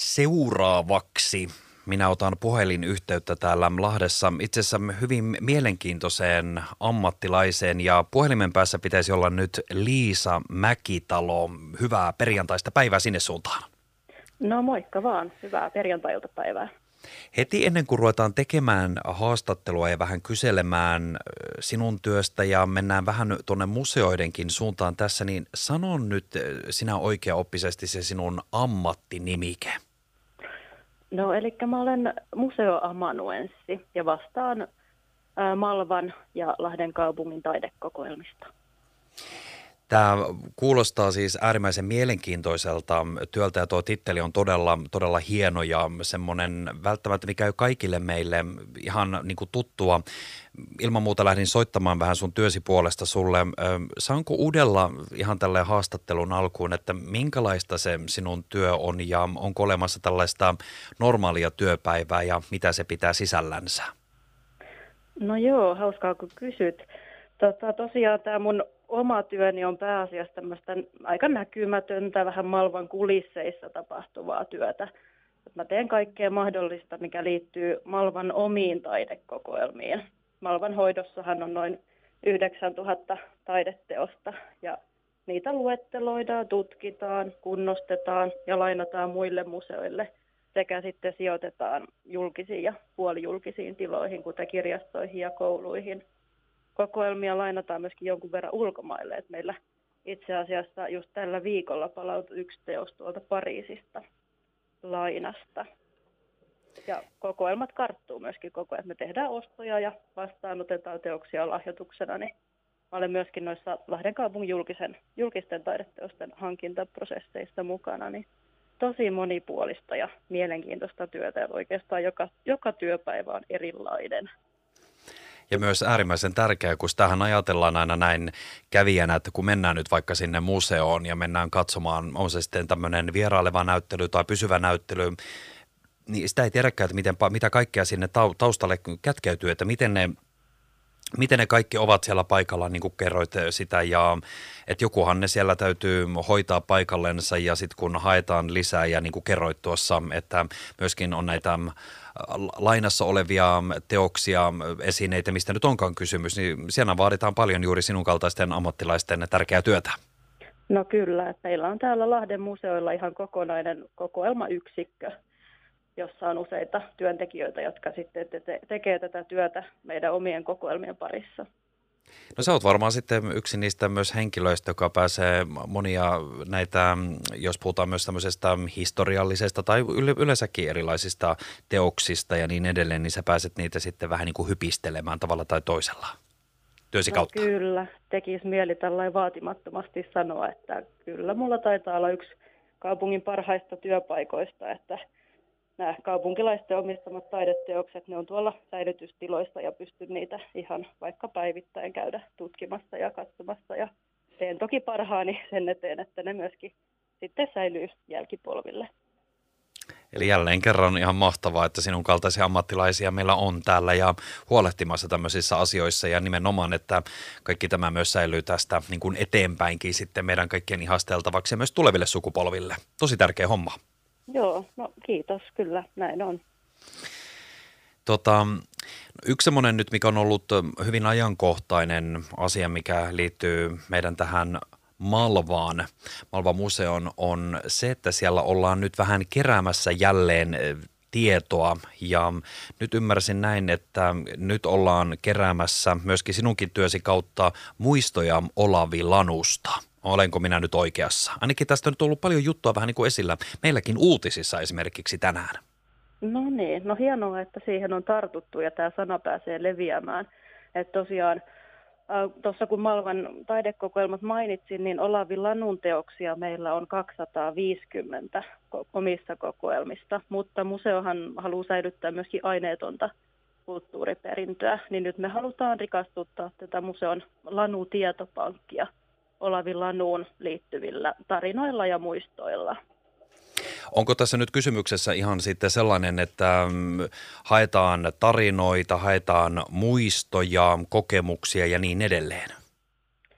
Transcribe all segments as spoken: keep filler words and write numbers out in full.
Seuraavaksi minä otan puhelinyhteyttä täällä Lahdessa itse asiassa hyvin mielenkiintoiseen ammattilaiseen ja puhelimen päässä pitäisi olla nyt Liisa Mäkitalo. Hyvää perjantaista päivää sinne suuntaan. No moikka vaan, hyvää perjantai-iltapäivää. Heti ennen kuin ruvetaan tekemään haastattelua ja vähän kyselemään sinun työstä ja mennään vähän tuonne museoidenkin suuntaan tässä, niin sano nyt sinä oikeaoppisesti se sinun ammattinimike. No eli mä olen museoamanuenssi ja vastaan Malvan ja Lahden kaupungin taidekokoelmista. Tämä kuulostaa siis äärimmäisen mielenkiintoiselta työltä ja tuo titteli on todella, todella hieno ja semmoinen välttämättä mikä käy kaikille meille ihan niin kuin tuttua. Ilman muuta lähdin soittamaan vähän sun työsi puolesta sulle. Saanko uudella ihan tälleen haastattelun alkuun, että minkälaista se sinun työ on ja onko olemassa tällaista normaalia työpäivää ja mitä se pitää sisällänsä? No joo, hauskaa kun kysyt. Tota, tosiaan tämä mun oma työni on pääasiassa tämmöistä aika näkymätöntä, vähän Malvan kulisseissa tapahtuvaa työtä. Mä teen kaikkea mahdollista, mikä liittyy Malvan omiin taidekokoelmiin. Malvan hoidossahan on noin yhdeksäntuhatta taideteosta ja niitä luetteloidaan, tutkitaan, kunnostetaan ja lainataan muille museoille sekä sitten sijoitetaan julkisiin ja puolijulkisiin tiloihin, kuten kirjastoihin ja kouluihin. Kokoelmia lainataan myöskin jonkun verran ulkomaille, että meillä itse asiassa just tällä viikolla palautui yksi teos tuolta Pariisista lainasta. Ja kokoelmat karttuu myöskin koko ajan. Me tehdään ostoja ja vastaanotetaan teoksia lahjoituksena, niin mä olen myöskin noissa Lahden kaupungin julkisen, julkisten taideteosten hankintaprosesseissa mukana, niin tosi monipuolista ja mielenkiintoista työtä ja oikeastaan joka, joka työpäivä on erilainen. Ja myös äärimmäisen tärkeää, kun tähän ajatellaan aina näin kävijänä, että kun mennään nyt vaikka sinne museoon ja mennään katsomaan, on se sitten tämmöinen vieraileva näyttely tai pysyvä näyttely, niin sitä ei tiedäkään, että miten, mitä kaikkea sinne taustalle kätkeytyy, että miten ne, miten ne kaikki ovat siellä paikalla, niin kuin kerroit sitä, ja että jokuhan ne siellä täytyy hoitaa paikallensa, ja sitten kun haetaan lisää, ja niin kuin kerroit tuossa, että myöskin on näitä lainassa olevia teoksia, esineitä, mistä nyt onkaan kysymys, niin siellä vaaditaan paljon juuri sinun kaltaisten ammattilaisten tärkeää työtä. No kyllä, että meillä on täällä Lahden museoilla ihan kokonainen kokoelmayksikkö, jossa on useita työntekijöitä, jotka sitten te- tekee tätä työtä meidän omien kokoelmien parissa. No sä oot varmaan sitten yksi niistä myös henkilöistä, joka pääsee monia näitä, jos puhutaan myös tämmöisestä historiallisesta tai yleensäkin erilaisista teoksista ja niin edelleen, niin sä pääset niitä sitten vähän niin kuin hypistelemään tavalla tai toisella työsi no, kautta. Kyllä, tekisi mieli tällainen vaatimattomasti sanoa, että kyllä mulla taitaa olla yksi kaupungin parhaista työpaikoista, että nämä kaupunkilaisten omistamat taideteokset, ne on tuolla säilytystiloissa ja pystyn niitä ihan vaikka päivittäin käydä tutkimassa ja katsomassa. Ja teen toki parhaani sen eteen, että ne myöskin sitten säilyy jälkipolville. Eli jälleen kerran ihan mahtavaa, että sinun kaltaisia ammattilaisia meillä on täällä ja huolehtimassa tämmöisissä asioissa ja nimenomaan, että kaikki tämä myös säilyy tästä niin kuin eteenpäinkin sitten meidän kaikkien ihasteltavaksi ja myös tuleville sukupolville. Tosi tärkeä homma. Joo, no kiitos, kyllä näin on. Tota, yksi semmoinen nyt, mikä on ollut hyvin ajankohtainen asia, mikä liittyy meidän tähän Malvaan, Malvan museon, on se, että siellä ollaan nyt vähän keräämässä jälleen tietoa ja nyt ymmärsin näin, että nyt ollaan keräämässä myöskin sinunkin työsi kautta muistoja Olavi Lanusta. Olenko minä nyt oikeassa? Ainakin tästä on nyt ollut paljon juttua vähän niin kuin esillä meilläkin uutisissa esimerkiksi tänään. No niin, no hienoa, että siihen on tartuttu ja tämä sana pääsee leviämään. Että tosiaan tuossa kun Malvan taidekokoelmat mainitsin, niin Olavi Lanun teoksia meillä on kaksisataaviisikymmentä omissa kokoelmista, mutta museohan haluaa säilyttää myöskin aineetonta kulttuuriperintöä, niin nyt me halutaan rikastuttaa tätä museon Lanu-tietopankkia Olavi Lanuun liittyvillä tarinoilla ja muistoilla. Onko tässä nyt kysymyksessä ihan sitten sellainen, että haetaan tarinoita, haetaan muistoja, kokemuksia ja niin edelleen?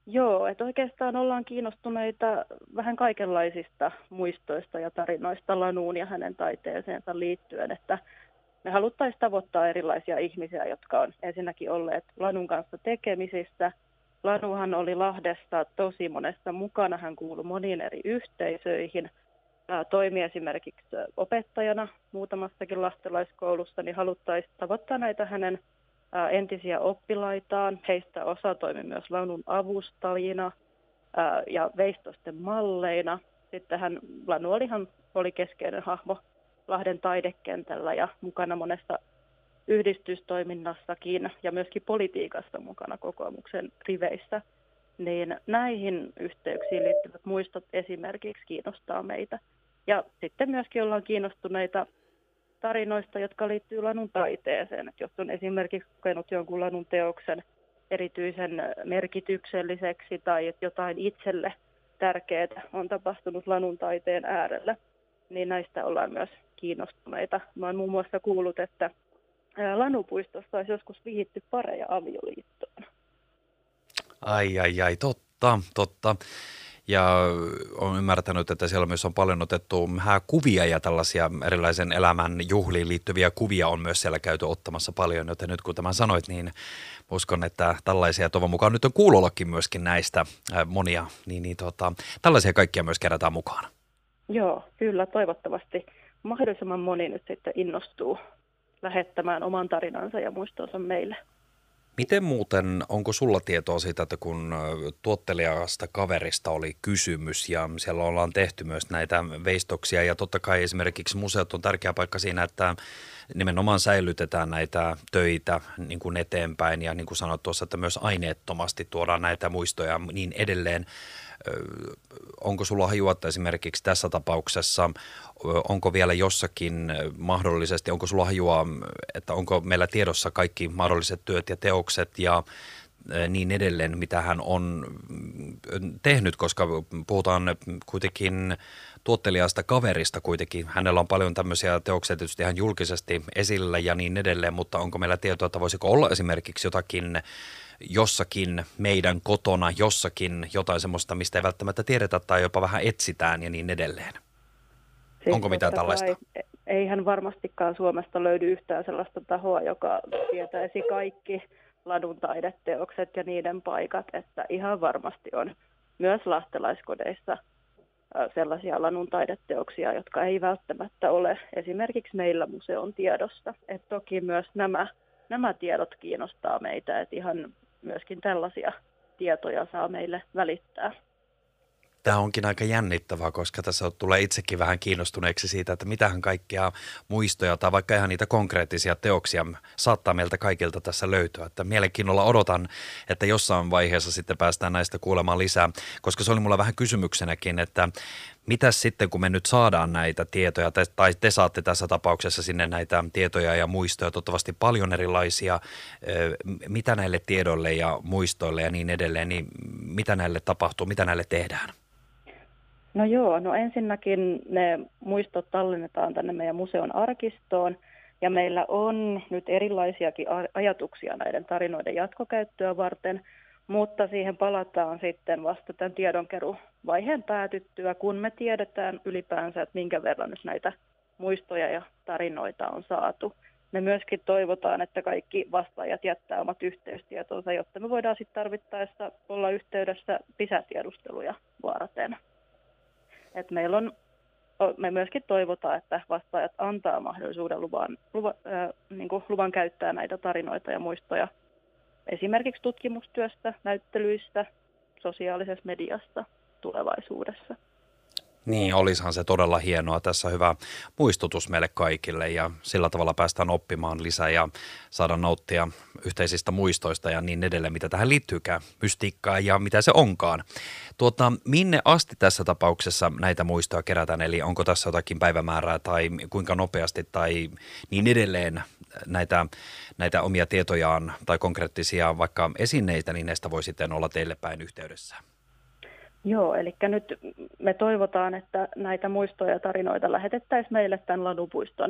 Joo, että oikeastaan ollaan kiinnostuneita vähän kaikenlaisista muistoista ja tarinoista Lanuun ja hänen taiteeseensa liittyen, että me haluttaisiin tavoittaa erilaisia ihmisiä, jotka on ensinnäkin olleet Lanun kanssa tekemisissä. Lanuhan oli Lahdessa tosi monessa mukana, hän kuului moniin eri yhteisöihin, ää, toimi esimerkiksi opettajana muutamassakin lastenlaiskoulussa, niin haluttaisiin tavoittaa näitä hänen ää, entisiä oppilaitaan. Heistä osa toimi myös Lanun avustajina ää, ja veistosten malleina. Sitten hän, Lanu olihan, oli keskeinen hahmo Lahden taidekentällä ja mukana monessa yhdistystoiminnassakin ja myöskin politiikassa mukana kokoomuksen riveissä, niin näihin yhteyksiin liittyvät muistot esimerkiksi kiinnostaa meitä. Ja sitten myöskin ollaan kiinnostuneita tarinoista, jotka liittyy Lanun taiteeseen. Et jos on esimerkiksi kokenut jonkun Lanun teoksen erityisen merkitykselliseksi tai että jotain itselle tärkeää on tapahtunut Lanun taiteen äärellä, niin näistä ollaan myös kiinnostuneita. Mä oon muun muassa kuullut, että Lanupuistossa olisi joskus vihitty pareja avioliittoon. Ai, ai, ai, totta, totta. Ja olen ymmärtänyt, että siellä myös on paljon otettu kuvia ja tällaisia erilaisen elämän juhliin liittyviä kuvia on myös siellä käyty ottamassa paljon. Joten nyt kun tämän sanoit, niin uskon, että tällaisia toivon mukaan nyt on kuulollakin myöskin näistä monia, niin, niin tota, tällaisia kaikkia myös kerätään mukaan. Joo, kyllä toivottavasti mahdollisimman moni nyt sitten innostuu lähettämään oman tarinansa ja muistonsa meille. Miten muuten, onko sulla tietoa siitä, että kun tuottelijasta kaverista oli kysymys ja siellä ollaan tehty myös näitä veistoksia ja totta kai esimerkiksi museot on tärkeä paikka siinä, että nimenomaan säilytetään näitä töitä niin kuin eteenpäin ja niin kuin sanoit tuossa, että myös aineettomasti tuodaan näitä muistoja ja niin edelleen. Onko sulla hajua, että esimerkiksi tässä tapauksessa, onko vielä jossakin mahdollisesti, onko sulla hajua, että onko meillä tiedossa kaikki mahdolliset työt ja teokset ja niin edelleen, mitä hän on tehnyt, koska puhutaan kuitenkin tuottelijasta kaverista kuitenkin. Hänellä on paljon tämmöisiä teoksia tietysti ihan julkisesti esillä ja niin edelleen, mutta onko meillä tietoa, että voisiko olla esimerkiksi jotakin jossakin meidän kotona, jossakin jotain semmoista, mistä ei välttämättä tiedetä tai jopa vähän etsitään ja niin edelleen. Siis onko mitään tällaista? Kai, eihän varmastikaan Suomesta löydy yhtään sellaista tahoa, joka tietäisi kaikki Lanun taideteokset ja niiden paikat, että ihan varmasti on myös lastenlaiskodeissa sellaisia Lanun taideteoksia, jotka ei välttämättä ole esimerkiksi meillä museon tiedossa. Et toki myös nämä, nämä tiedot kiinnostaa meitä, että ihan myöskin tällaisia tietoja saa meille välittää. Tämä onkin aika jännittävää, koska tässä tulee itsekin vähän kiinnostuneeksi siitä, että mitähän kaikkea muistoja tai vaikka ihan niitä konkreettisia teoksia saattaa meiltä kaikilta tässä löytyä. Että mielenkiinnolla odotan, että jossain vaiheessa sitten päästään näistä kuulemaan lisää, koska se oli mulla vähän kysymyksenäkin, että mitäs sitten kun me nyt saadaan näitä tietoja, tai te saatte tässä tapauksessa sinne näitä tietoja ja muistoja, toivottavasti paljon erilaisia, mitä näille tiedoille ja muistoille ja niin edelleen, niin mitä näille tapahtuu, mitä näille tehdään? No joo, no ensinnäkin ne muistot tallennetaan tänne meidän museon arkistoon ja meillä on nyt erilaisiakin ajatuksia näiden tarinoiden jatkokäyttöä varten, mutta siihen palataan sitten vasta tämän tiedonkeruvaiheen päätyttyä, kun me tiedetään ylipäänsä, että minkä verran nyt näitä muistoja ja tarinoita on saatu. Me myöskin toivotaan, että kaikki vastaajat jättää omat yhteystietonsa, jotta me voidaan sitten tarvittaessa olla yhteydessä lisätiedusteluja varten. Et meillä on, me myöskin toivotaan, että vastaajat antaa mahdollisuuden luvan, luvan, äh, niin kuin luvan käyttää näitä tarinoita ja muistoja esimerkiksi tutkimustyöstä, näyttelyistä, sosiaalisessa mediassa tulevaisuudessa. Niin, olisihan se todella hienoa. Tässä hyvä muistutus meille kaikille ja sillä tavalla päästään oppimaan lisää ja saada nauttia yhteisistä muistoista ja niin edelleen, mitä tähän liittyykään, mystiikkaa ja mitä se onkaan. Tuota, minne asti tässä tapauksessa näitä muistoja kerätään, eli onko tässä jotakin päivämäärää tai kuinka nopeasti tai niin edelleen näitä, näitä omia tietojaan tai konkreettisia vaikka esineitä, niin näistä voi sitten olla teille päin yhteydessä? Joo, eli nyt me toivotaan, että näitä muistoja ja tarinoita lähetettäisiin meille tämän Lanupuiston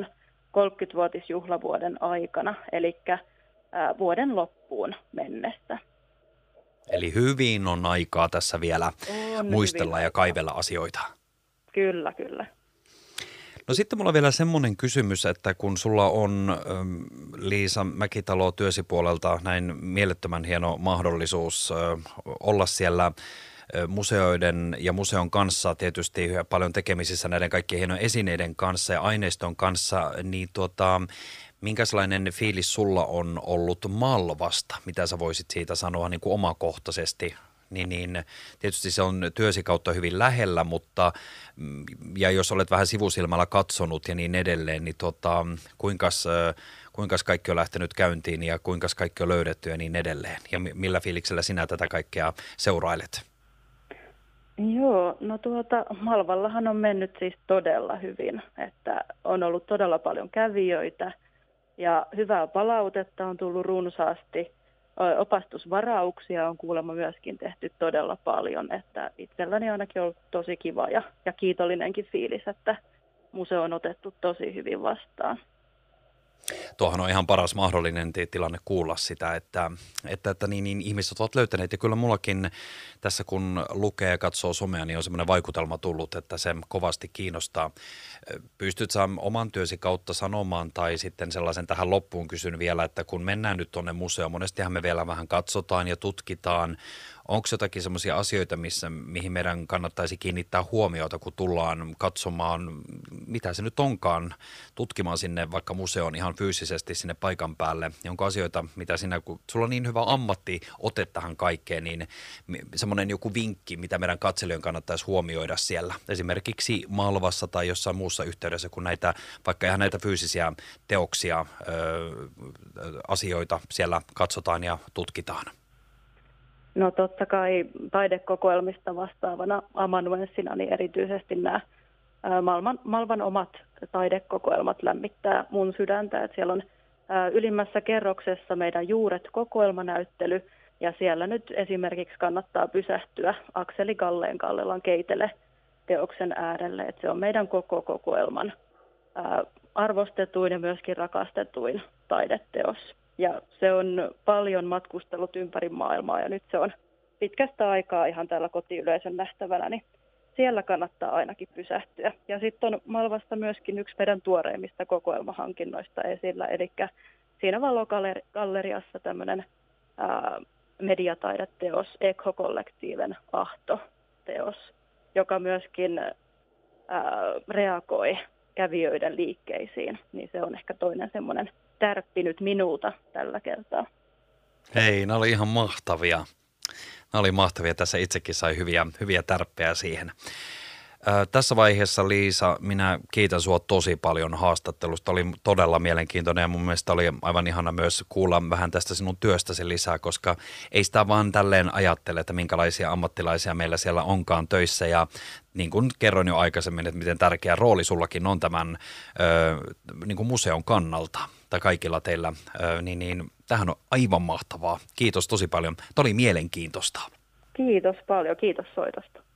kolmekymmenvuotisjuhlavuoden aikana, eli vuoden loppuun mennessä. Eli hyvin on aikaa tässä vielä On muistella ja aikaa. kaivella asioita. Kyllä, kyllä. No sitten mulla on vielä semmoinen kysymys, että kun sulla on, Liisa Mäkitalo, työsi puolelta näin mielettömän hieno mahdollisuus olla siellä museoiden ja museon kanssa tietysti paljon tekemisissä näiden kaikkien hienojen esineiden kanssa ja aineiston kanssa, niin tuota, minkälainen fiilis sulla on ollut Malvasta? Mitä sä voisit siitä sanoa niin kuin omakohtaisesti? Niin, niin tietysti se on työsi kautta hyvin lähellä, mutta ja jos olet vähän sivusilmällä katsonut ja niin edelleen, niin tota, kuinkas, kuinkas kaikki on lähtenyt käyntiin ja kuinkas kaikki on löydetty ja niin edelleen? Ja millä fiiliksellä sinä tätä kaikkea seurailet? Joo, no tuota, Malvallahan on mennyt siis todella hyvin, että on ollut todella paljon kävijöitä ja hyvää palautetta on tullut runsaasti. Opastusvarauksia on kuulemma myöskin tehty todella paljon, että itselläni ainakin on ollut tosi kiva ja, ja kiitollinenkin fiilis, että museo on otettu tosi hyvin vastaan. Tuohan on ihan paras mahdollinen tilanne kuulla sitä, että, että, että niin, niin ihmiset ovat löytäneet. Ja kyllä mullakin tässä kun lukee ja katsoo somea, niin on semmoinen vaikutelma tullut, että se kovasti kiinnostaa. Pystyt sä oman työsi kautta sanomaan tai sitten sellaisen tähän loppuun kysyn vielä, että kun mennään nyt tuonne museoon, monestihan me vielä vähän katsotaan ja tutkitaan. Onko jotakin semmoisia asioita, missä, mihin meidän kannattaisi kiinnittää huomiota, kun tullaan katsomaan, mitä se nyt onkaan, tutkimaan sinne vaikka museoon ihan fyysisesti sinne paikan päälle? Ja onko asioita, mitä sinä, kun sulla on niin hyvä ammattiote tähän kaikkeen, niin semmoinen joku vinkki, mitä meidän katselijoiden kannattaisi huomioida siellä, esimerkiksi Malvassa tai jossain muussa yhteydessä, kun näitä, vaikka ihan näitä fyysisiä teoksia, ö, asioita siellä katsotaan ja tutkitaan? No totta kai taidekokoelmista vastaavana amanuenssina niin erityisesti nämä Malvan, Malvan omat taidekokoelmat lämmittää mun sydäntä. Että siellä on ylimmässä kerroksessa meidän Juuret-kokoelmanäyttely ja siellä nyt esimerkiksi kannattaa pysähtyä Akseli Galleen Gallelan Keitele teoksen äärelle. Että se on meidän koko kokoelman arvostetuin ja myöskin rakastetuin taideteos. Ja se on paljon matkustellut ympäri maailmaa ja nyt se on pitkästä aikaa ihan täällä kotiyleisön nähtävänä, niin siellä kannattaa ainakin pysähtyä. Ja sitten on Malvasta myöskin yksi meidän tuoreimmista kokoelmahankinnoista esillä, eli siinä Valogalleriassa tämmöinen ää, mediataideteos, Ekho-kollektiiven Ahto-teos, joka myöskin ää, reagoi kävijöiden liikkeisiin, niin se on ehkä toinen semmoinen tärppinyt minulta tällä kertaa. Hei, nämä oli ihan mahtavia. Nämä oli mahtavia. Tässä itsekin sai hyviä, hyviä tärppejä siihen. Ö, tässä vaiheessa, Liisa, minä kiitän sinua tosi paljon haastattelusta. Oli todella mielenkiintoinen ja mun mielestä oli aivan ihana myös kuulla vähän tästä sinun työstäsi lisää, koska ei sitä vaan tälleen ajattele, että minkälaisia ammattilaisia meillä siellä onkaan töissä. Ja niin kuin kerroin jo aikaisemmin, että miten tärkeä rooli sullakin on tämän ö, niin kuin museon kannalta tai kaikilla teillä, ö, niin, niin tämähän on aivan mahtavaa. Kiitos tosi paljon. Tämä oli mielenkiintoista. Kiitos paljon, kiitos soitosta.